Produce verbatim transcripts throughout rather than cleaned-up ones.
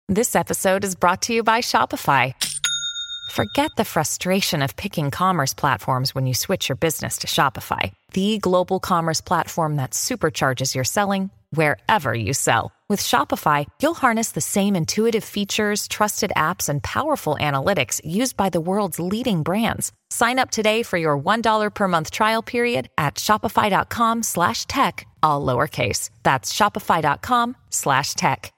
This episode is brought to you by Shopify. Forget the frustration of picking commerce platforms when you switch your business to Shopify, the global commerce platform that supercharges your selling wherever you sell. With Shopify, you'll harness the same intuitive features, trusted apps, and powerful analytics used by the world's leading brands. Sign up today for your one dollar per month trial period at shopify.com slash tech, all lowercase. That's shopify.com slash tech.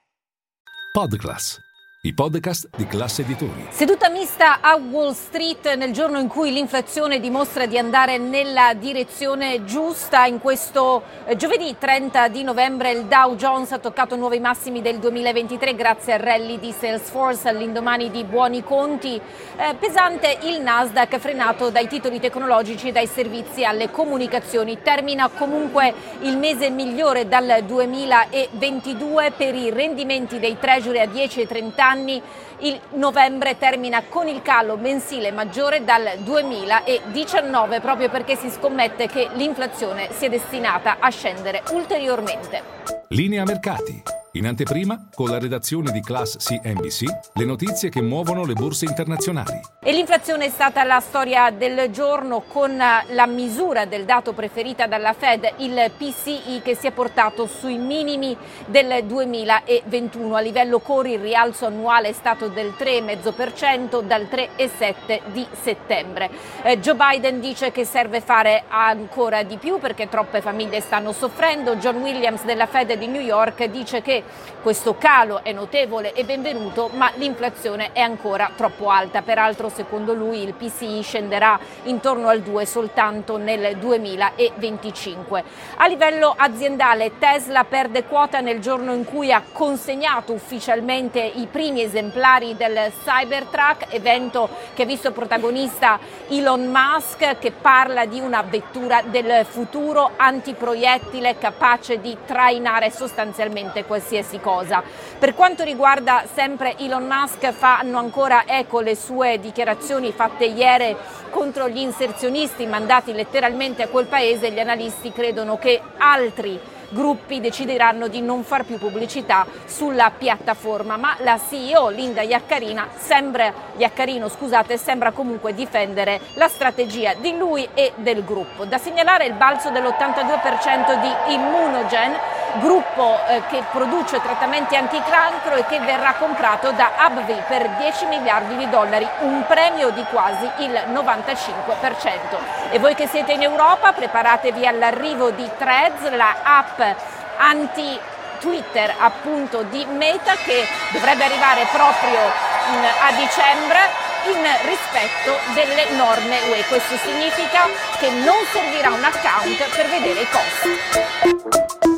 Podclass, i podcast di Class Editori. Seduta mista a Wall Street nel giorno in cui l'inflazione dimostra di andare nella direzione giusta. In questo eh, giovedì trenta di novembre il Dow Jones ha toccato nuovi massimi del duemilaventitré grazie al rally di Salesforce all'indomani di buoni conti. Eh, pesante il Nasdaq, frenato dai titoli tecnologici e dai servizi alle comunicazioni. Termina comunque il mese migliore dal duemilaventidue per i rendimenti dei treasury a dieci e trenta anni. Il novembre termina con il calo mensile maggiore dal duemiladiciannove, proprio perché si scommette che l'inflazione sia destinata a scendere ulteriormente. Linea mercati. In anteprima, con la redazione di Class C N B C, le notizie che muovono le borse internazionali. E l'inflazione è stata la storia del giorno, con la misura del dato preferita dalla Fed, il P C I, che si è portato sui minimi del duemilaventuno. A livello core il rialzo annuale è stato del tre virgola cinque per cento dal tre virgola sette di settembre. Eh, Joe Biden dice che serve fare ancora di più perché troppe famiglie stanno soffrendo. John Williams della Fed di New York dice che questo calo è notevole e benvenuto, ma l'inflazione è ancora troppo alta. Peraltro, secondo lui, il P C I scenderà intorno al due soltanto nel duemilaventicinque. A livello aziendale, Tesla perde quota nel giorno in cui ha consegnato ufficialmente i primi esemplari del Cybertruck, evento che ha visto protagonista Elon Musk, che parla di una vettura del futuro antiproiettile capace di trainare sostanzialmente qualsiasi cosa. Per quanto riguarda sempre Elon Musk, fanno ancora eco le sue dichiarazioni fatte ieri contro gli inserzionisti mandati letteralmente a quel paese. Gli analisti credono che altri gruppi decideranno di non far più pubblicità sulla piattaforma, ma la C E O Linda Yaccarino sembra, Yaccarino, scusate, sembra comunque difendere la strategia di lui e del gruppo. Da segnalare il balzo dell'ottantadue per cento di Immunogen, gruppo eh, che produce trattamenti anticancro e che verrà comprato da AbbVie per dieci miliardi di dollari, un premio di quasi il novantacinque per cento. E voi che siete in Europa, preparatevi all'arrivo di Threads, la app anti Twitter appunto di Meta, che dovrebbe arrivare proprio in, a dicembre in rispetto delle norme U E. Questo significa che non servirà un account per vedere i costi.